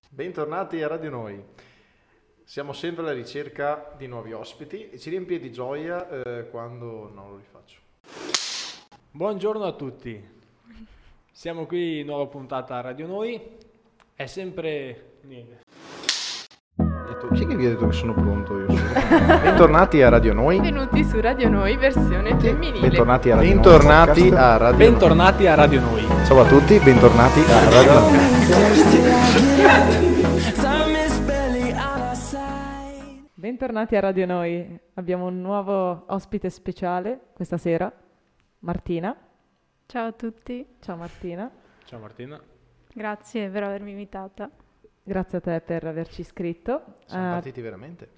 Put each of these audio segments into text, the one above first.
Bentornati a Radio Noi. Siamo sempre alla ricerca di nuovi ospiti e ci riempie di gioia quando non lo rifaccio. Buongiorno a tutti. Siamo qui, nuova puntata a Radio Noi. È sempre niente. Sì che vi ho detto che sono pronto io. Bentornati a Radio Noi. Benvenuti su Radio Noi, versione femminile. Bentornati a Radio Noi. Bentornati a Radio Noi. Bentornati a Radio Noi. Ciao a tutti, bentornati a Radio Noi. Bentornati a Radio Noi. Abbiamo un nuovo ospite speciale questa sera, Martina. Ciao a tutti, Ciao Martina. Ciao Martina. grazie per avermi invitata. Grazie a te per averci iscritto. Siamo partiti veramente?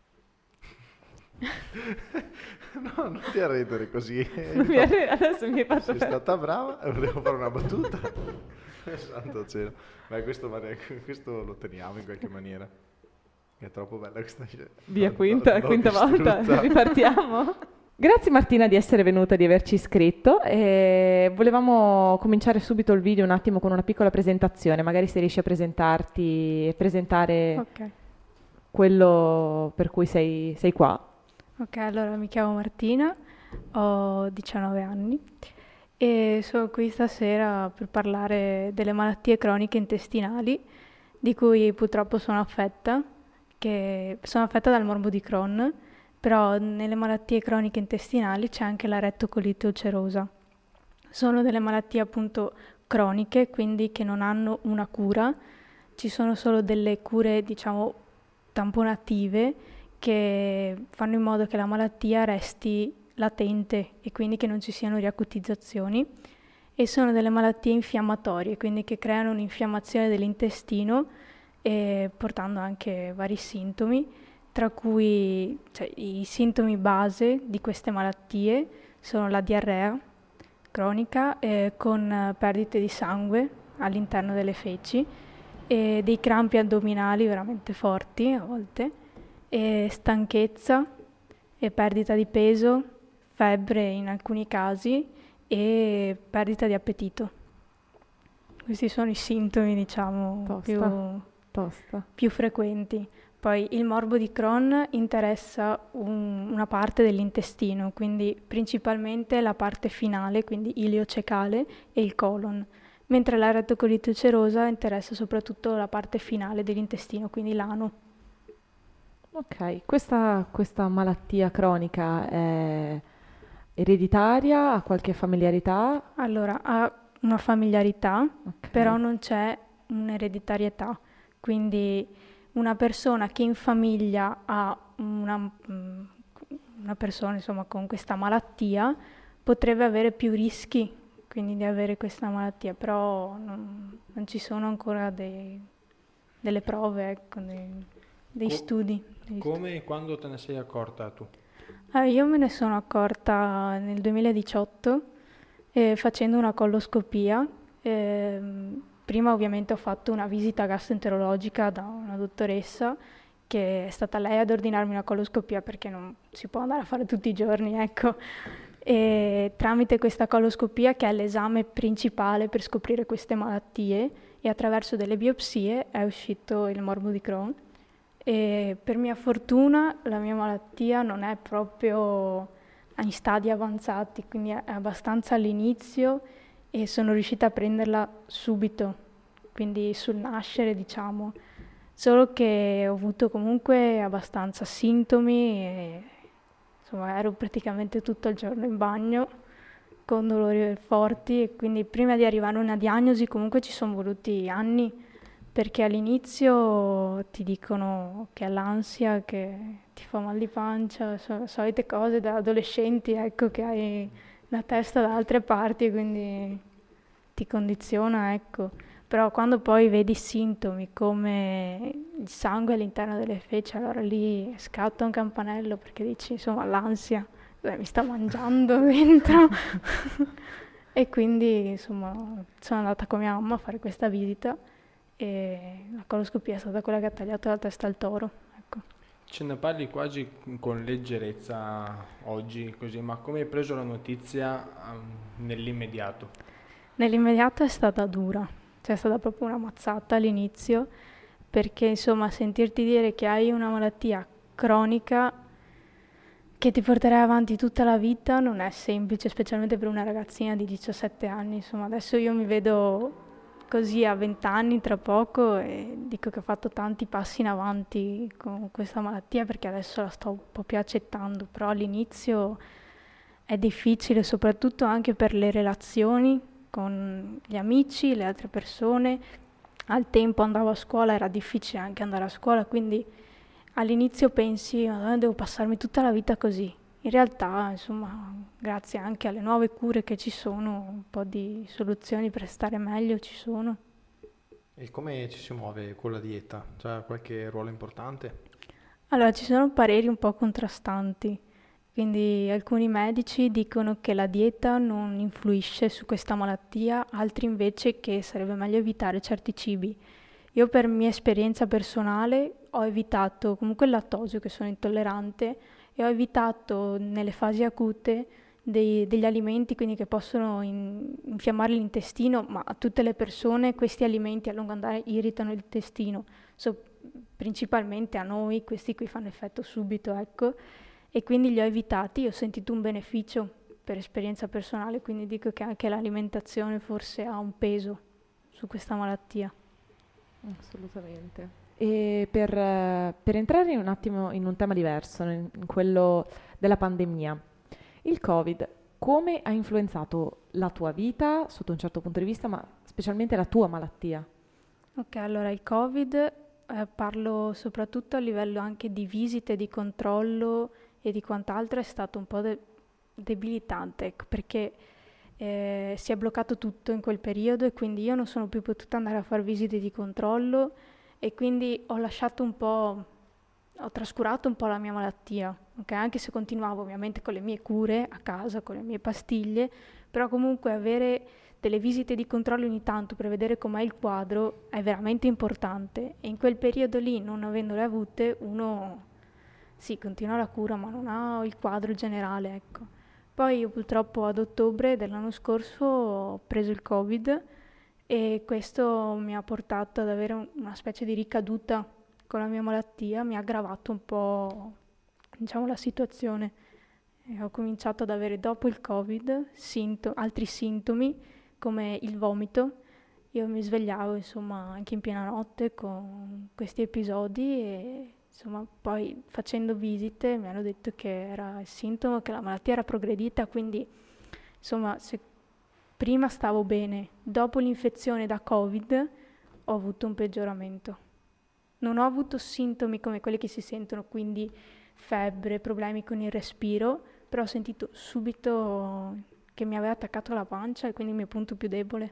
No, non ti arredere così. Adesso mi hai fatto Sei stata brava, volevo fare una battuta. Santo cielo. Beh, questo lo teniamo in qualche maniera. È troppo bella questa scena. via quinta volta. Ripartiamo. Grazie Martina di essere venuta, di averci iscritto. E volevamo cominciare subito il video un attimo con una piccola presentazione. Magari se riesci a presentarti e presentare Ok, quello per cui sei qua. allora mi chiamo Martina, ho 19 anni e sono qui stasera per parlare delle malattie croniche intestinali di cui purtroppo sono affetta, che sono affetta dal morbo di Crohn, però nelle malattie croniche intestinali c'è anche la rettocolite ulcerosa. Sono delle malattie appunto croniche, quindi che non hanno una cura, ci sono solo delle cure, diciamo, tamponative che fanno in modo che la malattia resti latente e quindi che non ci siano riacutizzazioni. E sono delle malattie infiammatorie, quindi che creano un'infiammazione dell'intestino, portando anche vari sintomi, tra cui i sintomi base di queste malattie sono la diarrea cronica con perdite di sangue all'interno delle feci e dei crampi addominali veramente forti a volte, e stanchezza e perdita di peso, febbre in alcuni casi e perdita di appetito. Questi sono i sintomi, diciamo, Tosta. più frequenti. Poi il morbo di Crohn interessa una parte dell'intestino, quindi principalmente la parte finale, quindi ilio-cecale e il colon, mentre la rettocolite ulcerosa interessa soprattutto la parte finale dell'intestino, quindi l'ano. Ok, questa malattia cronica è ereditaria, ha qualche familiarità? Allora, ha una familiarità, Ok. però non c'è un'ereditarietà, quindi una persona che in famiglia ha una persona insomma con questa malattia potrebbe avere più rischi quindi di avere questa malattia, però non ci sono ancora delle prove, ecco, dei studi. Come e quando te ne sei accorta tu? Io me ne sono accorta nel 2018 facendo una coloscopia. Prima ovviamente ho fatto una visita gastroenterologica da una dottoressa che è stata lei ad ordinarmi una coloscopia perché non si può andare a fare tutti i giorni, ecco. E tramite questa coloscopia, che è l'esame principale per scoprire queste malattie, e attraverso delle biopsie è uscito il morbo di Crohn. E per mia fortuna la mia malattia non è proprio in stadi avanzati, quindi è abbastanza all'inizio e sono riuscita a prenderla subito, quindi sul nascere, diciamo. Solo che ho avuto comunque abbastanza sintomi e insomma ero praticamente tutto il giorno in bagno con dolori forti, e quindi prima di arrivare a una diagnosi comunque ci sono voluti anni, perché all'inizio ti dicono che è l'ansia, che ti fa mal di pancia, solite cose da adolescenti, ecco, che hai la testa da altre parti, quindi ti condiziona, ecco. Però quando poi vedi sintomi come il sangue all'interno delle feci, allora lì scatta un campanello, perché dici, insomma, l'ansia mi sta mangiando dentro. E quindi, insomma, sono andata con mia mamma a fare questa visita e la coloscopia è stata quella che ha tagliato la testa al toro, ecco. Ce ne parli quasi con leggerezza oggi, così, ma come hai preso la notizia nell'immediato? Nell'immediato è stata dura, cioè è stata proprio una mazzata all'inizio, perché insomma sentirti dire che hai una malattia cronica che ti porterai avanti tutta la vita non è semplice, specialmente per una ragazzina di 17 anni. Insomma, adesso io mi vedo così a 20 anni tra poco e dico che ho fatto tanti passi in avanti con questa malattia perché adesso la sto un po' più accettando, però all'inizio è difficile, soprattutto anche per le relazioni con gli amici, le altre persone. Al tempo andavo a scuola, era difficile anche andare a scuola, quindi all'inizio pensi, "Madonna, devo passarmi tutta la vita così". In realtà, insomma, grazie anche alle nuove cure che ci sono, un po' di soluzioni per stare meglio ci sono. E come ci si muove con la dieta? C'ha qualche ruolo importante? Allora, ci sono pareri un po' contrastanti, quindi alcuni medici dicono che la dieta non influisce su questa malattia, altri invece che sarebbe meglio evitare certi cibi. Io per mia esperienza personale ho evitato comunque il lattosio, che sono intollerante, e ho evitato nelle fasi acute degli alimenti quindi che possono infiammare l'intestino, ma a tutte le persone questi alimenti a lungo andare irritano il intestino, principalmente a noi questi qui fanno effetto subito, ecco, e quindi li ho evitati. Ho sentito un beneficio per esperienza personale, quindi dico che anche l'alimentazione forse ha un peso su questa malattia. Assolutamente. E per entrare un attimo in un tema diverso, in quello della pandemia, il Covid, come ha influenzato la tua vita sotto un certo punto di vista, ma specialmente la tua malattia? Ok, allora il Covid, parlo soprattutto a livello anche di visite, di controllo e di quant'altro, è stato un po' debilitante, ecco, perché si è bloccato tutto in quel periodo e quindi io non sono più potuta andare a fare visite di controllo e quindi ho trascurato un po' la mia malattia, okay? Anche se continuavo ovviamente con le mie cure a casa, con le mie pastiglie, però comunque avere delle visite di controllo ogni tanto per vedere com'è il quadro è veramente importante e in quel periodo lì, non avendole avute, uno sì, continua la cura ma non ha il quadro generale, ecco. Poi io purtroppo ad ottobre dell'anno scorso ho preso il Covid e questo mi ha portato ad avere una specie di ricaduta con la mia malattia, mi ha aggravato un po', diciamo, la situazione. E ho cominciato ad avere dopo il Covid altri sintomi come il vomito. Io mi svegliavo insomma anche in piena notte con questi episodi e insomma poi facendo visite mi hanno detto che era il sintomo, che la malattia era progredita, quindi insomma se prima stavo bene, dopo l'infezione da Covid ho avuto un peggioramento. Non ho avuto sintomi come quelli che si sentono, quindi febbre, problemi con il respiro, però ho sentito subito che mi aveva attaccato la pancia e quindi il mio punto più debole.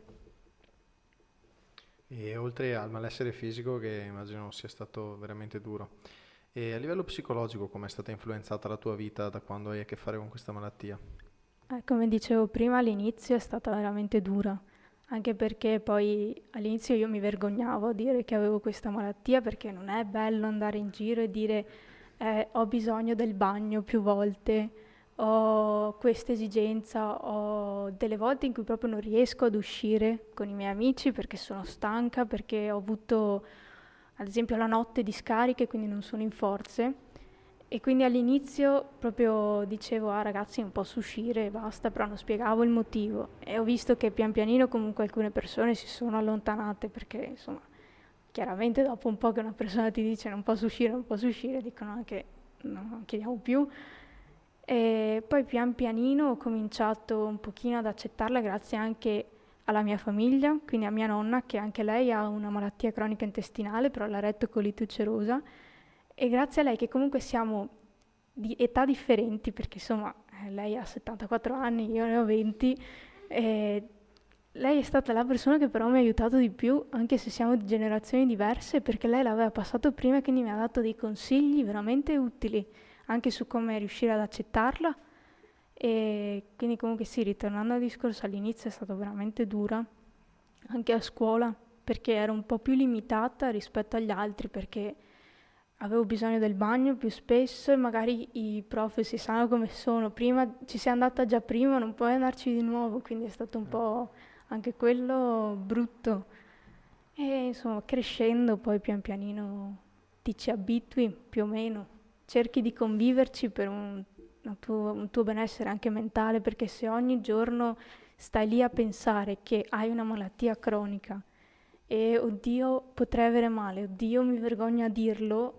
E oltre al malessere fisico, che immagino sia stato veramente duro, e a livello psicologico come è stata influenzata la tua vita da quando hai a che fare con questa malattia? Come dicevo prima, all'inizio è stata veramente dura, anche perché poi all'inizio io mi vergognavo a dire che avevo questa malattia perché non è bello andare in giro e dire ho bisogno del bagno più volte, ho questa esigenza, ho delle volte in cui proprio non riesco ad uscire con i miei amici perché sono stanca, perché ho avuto ad esempio la notte di scariche, quindi non sono in forze. E quindi all'inizio proprio dicevo, ragazzi non posso uscire, basta, però non spiegavo il motivo. E ho visto che pian pianino comunque alcune persone si sono allontanate perché insomma, chiaramente dopo un po' che una persona ti dice non posso uscire, dicono anche no, non chiediamo più. E poi pian pianino ho cominciato un pochino ad accettarla grazie anche alla mia famiglia, quindi a mia nonna che anche lei ha una malattia cronica intestinale, però la rettocolite ulcerosa. E grazie a lei che comunque siamo di età differenti, perché insomma lei ha 74 anni, io ne ho 20, e lei è stata la persona che però mi ha aiutato di più, anche se siamo di generazioni diverse, perché lei l'aveva passato prima e quindi mi ha dato dei consigli veramente utili, anche su come riuscire ad accettarla. E quindi comunque sì, ritornando al discorso, all'inizio è stata veramente dura, anche a scuola, perché ero un po' più limitata rispetto agli altri, perché avevo bisogno del bagno più spesso e magari i prof si sanno come sono, prima ci sei andata già prima, non puoi andarci di nuovo, quindi è stato un po' anche quello brutto. E insomma, crescendo poi pian pianino ti ci abitui più o meno, cerchi di conviverci per un tuo benessere anche mentale, perché se ogni giorno stai lì a pensare che hai una malattia cronica e oddio potrei avere male, oddio mi vergogno a dirlo,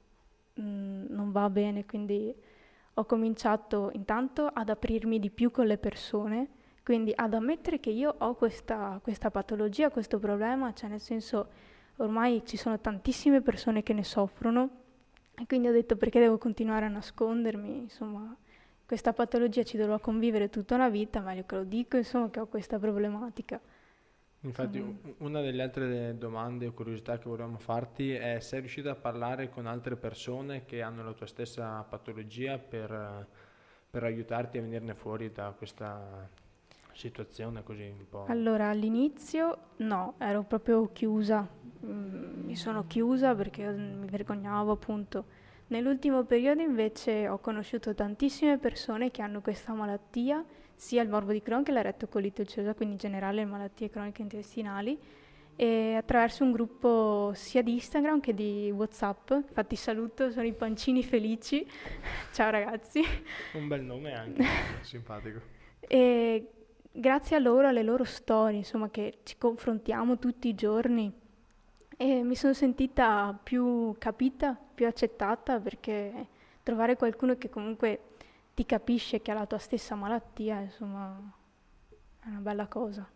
non va bene, quindi ho cominciato intanto ad aprirmi di più con le persone, quindi ad ammettere che io ho questa patologia, questo problema, cioè nel senso ormai ci sono tantissime persone che ne soffrono e quindi ho detto perché devo continuare a nascondermi, insomma questa patologia ci dovrò convivere tutta una vita, meglio che lo dico, insomma che ho questa problematica. Infatti, una delle altre domande o curiosità che volevamo farti è: sei riuscita a parlare con altre persone che hanno la tua stessa patologia per aiutarti a venirne fuori da questa situazione così un po'? Allora, all'inizio no, ero proprio chiusa, mi sono chiusa perché mi vergognavo appunto. Nell'ultimo periodo invece ho conosciuto tantissime persone che hanno questa malattia, sia il morbo di Crohn che la rettocolite ulcerosa, quindi in generale le malattie croniche intestinali, e attraverso un gruppo sia di Instagram che di WhatsApp. Infatti saluto, sono i Pancini Felici. Ciao ragazzi. Un bel nome anche. Simpatico. E grazie a loro, alle loro storie, insomma, che ci confrontiamo tutti i giorni, e mi sono sentita più capita, più accettata, perché trovare qualcuno che comunque ti capisce che ha la tua stessa malattia, insomma, è una bella cosa.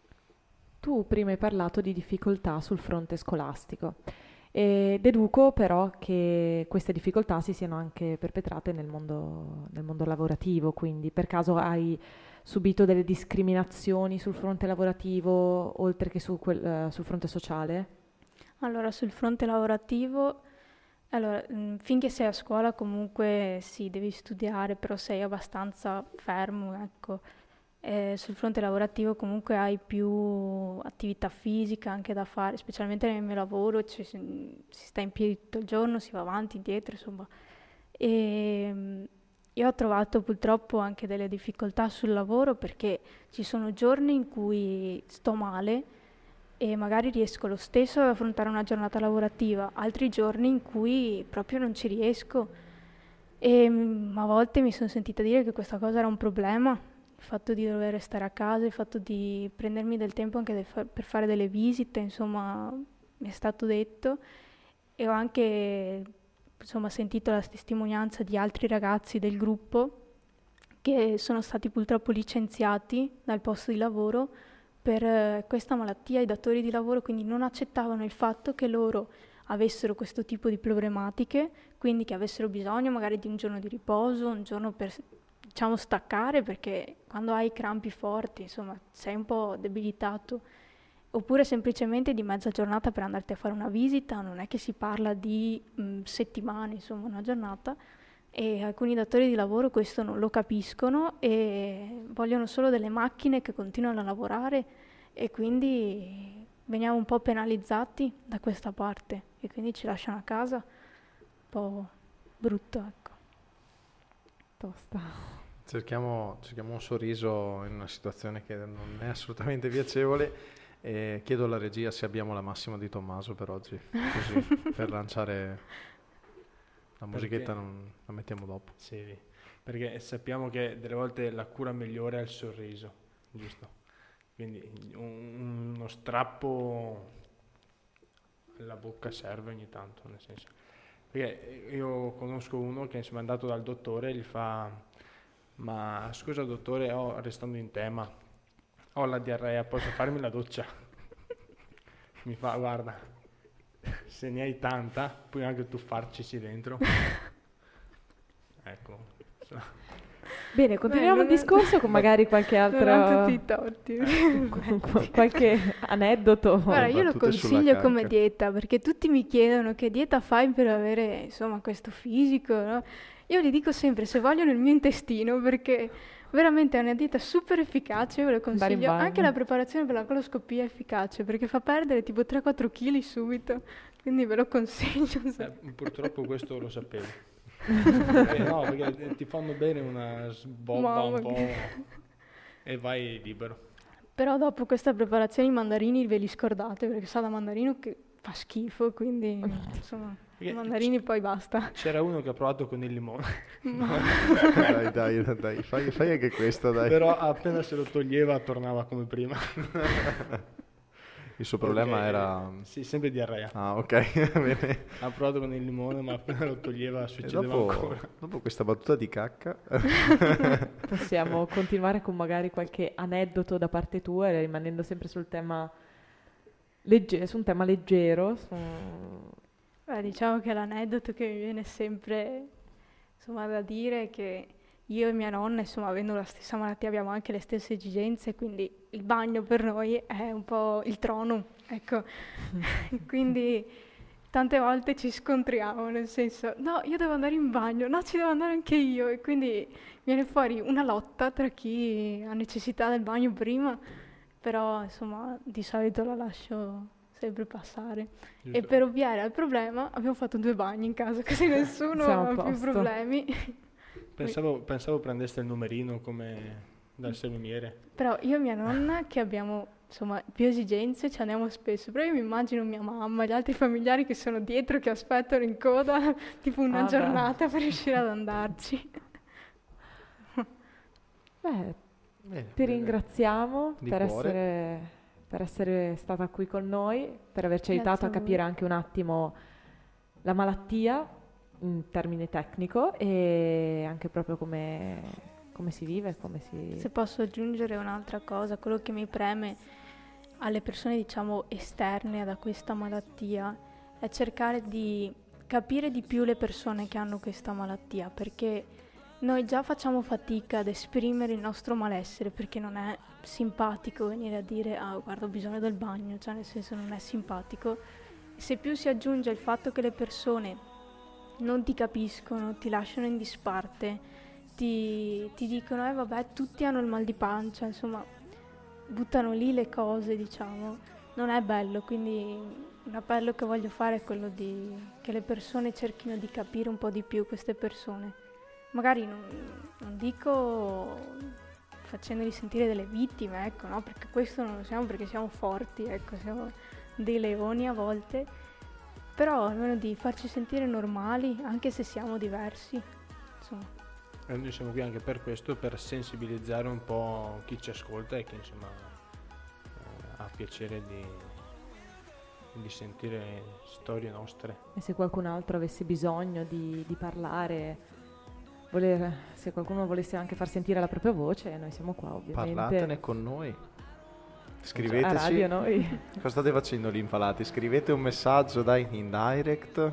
Tu prima hai parlato di difficoltà sul fronte scolastico e deduco però che queste difficoltà si siano anche perpetrate nel mondo lavorativo, quindi per caso hai subito delle discriminazioni sul fronte lavorativo oltre che sul fronte sociale? Allora, sul fronte lavorativo, finché sei a scuola comunque sì, devi studiare, però sei abbastanza fermo, ecco. Sul fronte lavorativo comunque hai più attività fisica anche da fare, specialmente nel mio lavoro, cioè, si sta in piedi tutto il giorno, si va avanti, indietro, insomma. E io ho trovato purtroppo anche delle difficoltà sul lavoro, perché ci sono giorni in cui sto male e magari riesco lo stesso ad affrontare una giornata lavorativa, altri giorni in cui proprio non ci riesco, e a volte mi sono sentita dire che questa cosa era un problema, il fatto di dover restare a casa, il fatto di prendermi del tempo anche per fare delle visite, insomma, mi è stato detto, e ho anche insomma sentito la testimonianza di altri ragazzi del gruppo che sono stati purtroppo licenziati dal posto di lavoro per questa malattia. I datori di lavoro quindi non accettavano il fatto che loro avessero questo tipo di problematiche, quindi che avessero bisogno magari di un giorno di riposo, un giorno per, diciamo, staccare, perché quando hai crampi forti, insomma, sei un po' debilitato, oppure semplicemente di mezza giornata per andarti a fare una visita, non è che si parla di settimane, insomma, una giornata. E alcuni datori di lavoro questo non lo capiscono e vogliono solo delle macchine che continuano a lavorare, e quindi veniamo un po' penalizzati da questa parte e quindi ci lasciano a casa, un po' brutto, ecco. Tosta. Cerchiamo un sorriso in una situazione che non è assolutamente piacevole, e chiedo alla regia se abbiamo la massima di Tommaso per oggi, così per lanciare... La musichetta la mettiamo dopo. Sì, perché sappiamo che delle volte la cura migliore è il sorriso, giusto? Quindi uno strappo alla bocca serve ogni tanto, nel senso. Perché io conosco uno che insomma è andato dal dottore e gli fa: ma scusa dottore, restando in tema, ho la diarrea, posso farmi la doccia? Mi fa: guarda, se ne hai tanta, puoi anche tuffarci dentro. Ecco. Bene, continuiamo il discorso con magari qualche altro... Non hanno tutti i torti. qualche aneddoto. Guarda, io lo Battute sulla consiglio come cacca. dieta, perché tutti mi chiedono che dieta fai per avere, insomma, questo fisico, no? Io gli dico sempre, se vogliono il mio intestino, perché veramente è una dieta super efficace, io ve lo Andare in consiglio. bagno. Anche la preparazione per la coloscopia è efficace, perché fa perdere tipo 3-4 kg subito, quindi ve lo consiglio. Purtroppo questo lo sapevo. No, perché ti fanno bene una sbobba Mamma un po' mia. e vai libero. Però dopo questa preparazione i mandarini ve li scordate, perché sa da mandarino che fa schifo, quindi insomma, i mandarini poi basta. C'era uno che ha provato con il limone, Dai, fai anche questo, dai. però appena se lo toglieva tornava come prima. Il suo problema Perché- era... Sì, sempre diarrea. Ah, ok, bene. Ha provato con il limone, ma appena lo toglieva E succedeva dopo, ancora. dopo questa battuta di cacca, Possiamo continuare con magari qualche aneddoto da parte tua, rimanendo sempre sul tema su un tema leggero. Beh, diciamo che l'aneddoto che mi viene sempre insomma, da dire è che io e mia nonna, insomma, avendo la stessa malattia, abbiamo anche le stesse esigenze, quindi il bagno per noi è un po' il trono, ecco. Quindi tante volte ci scontriamo, nel senso, no, io devo andare in bagno, no, ci devo andare anche io, e quindi viene fuori una lotta tra chi ha necessità del bagno prima, però, insomma, di solito la lascio sempre passare. E Giusto. per ovviare al problema abbiamo fatto 2 bagni in casa, così nessuno Siamo a ha più posto. problemi. Pensavo prendeste il numerino come dal salumiere. Però io e mia nonna, che abbiamo insomma più esigenze, ci andiamo spesso. Però io mi immagino mia mamma, gli altri familiari che sono dietro, che aspettano in coda tipo una Ah, giornata per riuscire ad andarci. Beh, bene, ti bene. ringraziamo Di per cuore. essere stata qui con noi, per averci aiutato Grazie a a voi. capire anche un attimo la malattia in termine tecnico e anche proprio come si vive, come si... Se posso aggiungere un'altra cosa, quello che mi preme alle persone diciamo esterne da questa malattia è cercare di capire di più le persone che hanno questa malattia, perché noi già facciamo fatica ad esprimere il nostro malessere, perché non è simpatico venire a dire ah guarda ho bisogno del bagno, cioè nel senso non è simpatico. Se più si aggiunge il fatto che le persone non ti capiscono, ti lasciano in disparte, ti dicono vabbè tutti hanno il mal di pancia, insomma buttano lì le cose, diciamo, non è bello, quindi un appello che voglio fare è quello di che le persone cerchino di capire un po' di più queste persone, magari non dico facendoli sentire delle vittime, ecco, no, perché questo non lo siamo, perché siamo forti, ecco, siamo dei leoni a volte, però almeno di farci sentire normali, anche se siamo diversi, insomma. E noi siamo qui anche per questo, per sensibilizzare un po' chi ci ascolta e chi insomma ha piacere di sentire storie nostre. E se qualcun altro avesse bisogno di parlare, se qualcuno volesse anche far sentire la propria voce, noi siamo qua ovviamente. Parlatene con noi. A Scriveteci. radio noi. Cosa state facendo lì infalati? Scrivete un messaggio in direct,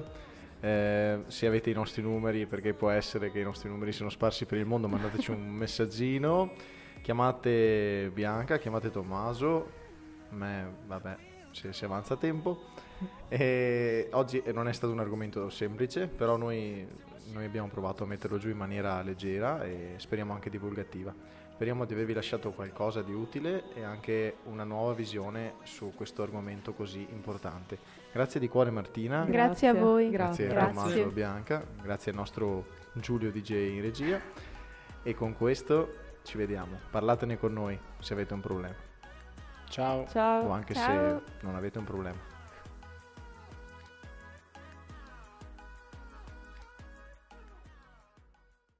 se avete i nostri numeri, perché può essere che i nostri numeri siano sparsi per il mondo, mandateci un messaggino, chiamate Bianca, chiamate Tommaso, vabbè, se avanza tempo. E oggi non è stato un argomento semplice, però noi abbiamo provato a metterlo giù in maniera leggera e speriamo anche divulgativa. Speriamo di avervi lasciato qualcosa di utile e anche una nuova visione su questo argomento così importante. Grazie di cuore Martina, Grazie a voi. grazie a Grazie. Tommaso e Bianca, grazie al nostro Giulio DJ in regia e con questo ci vediamo. Parlatene con noi se avete un problema Ciao! Ciao. o anche Ciao. se non avete un problema.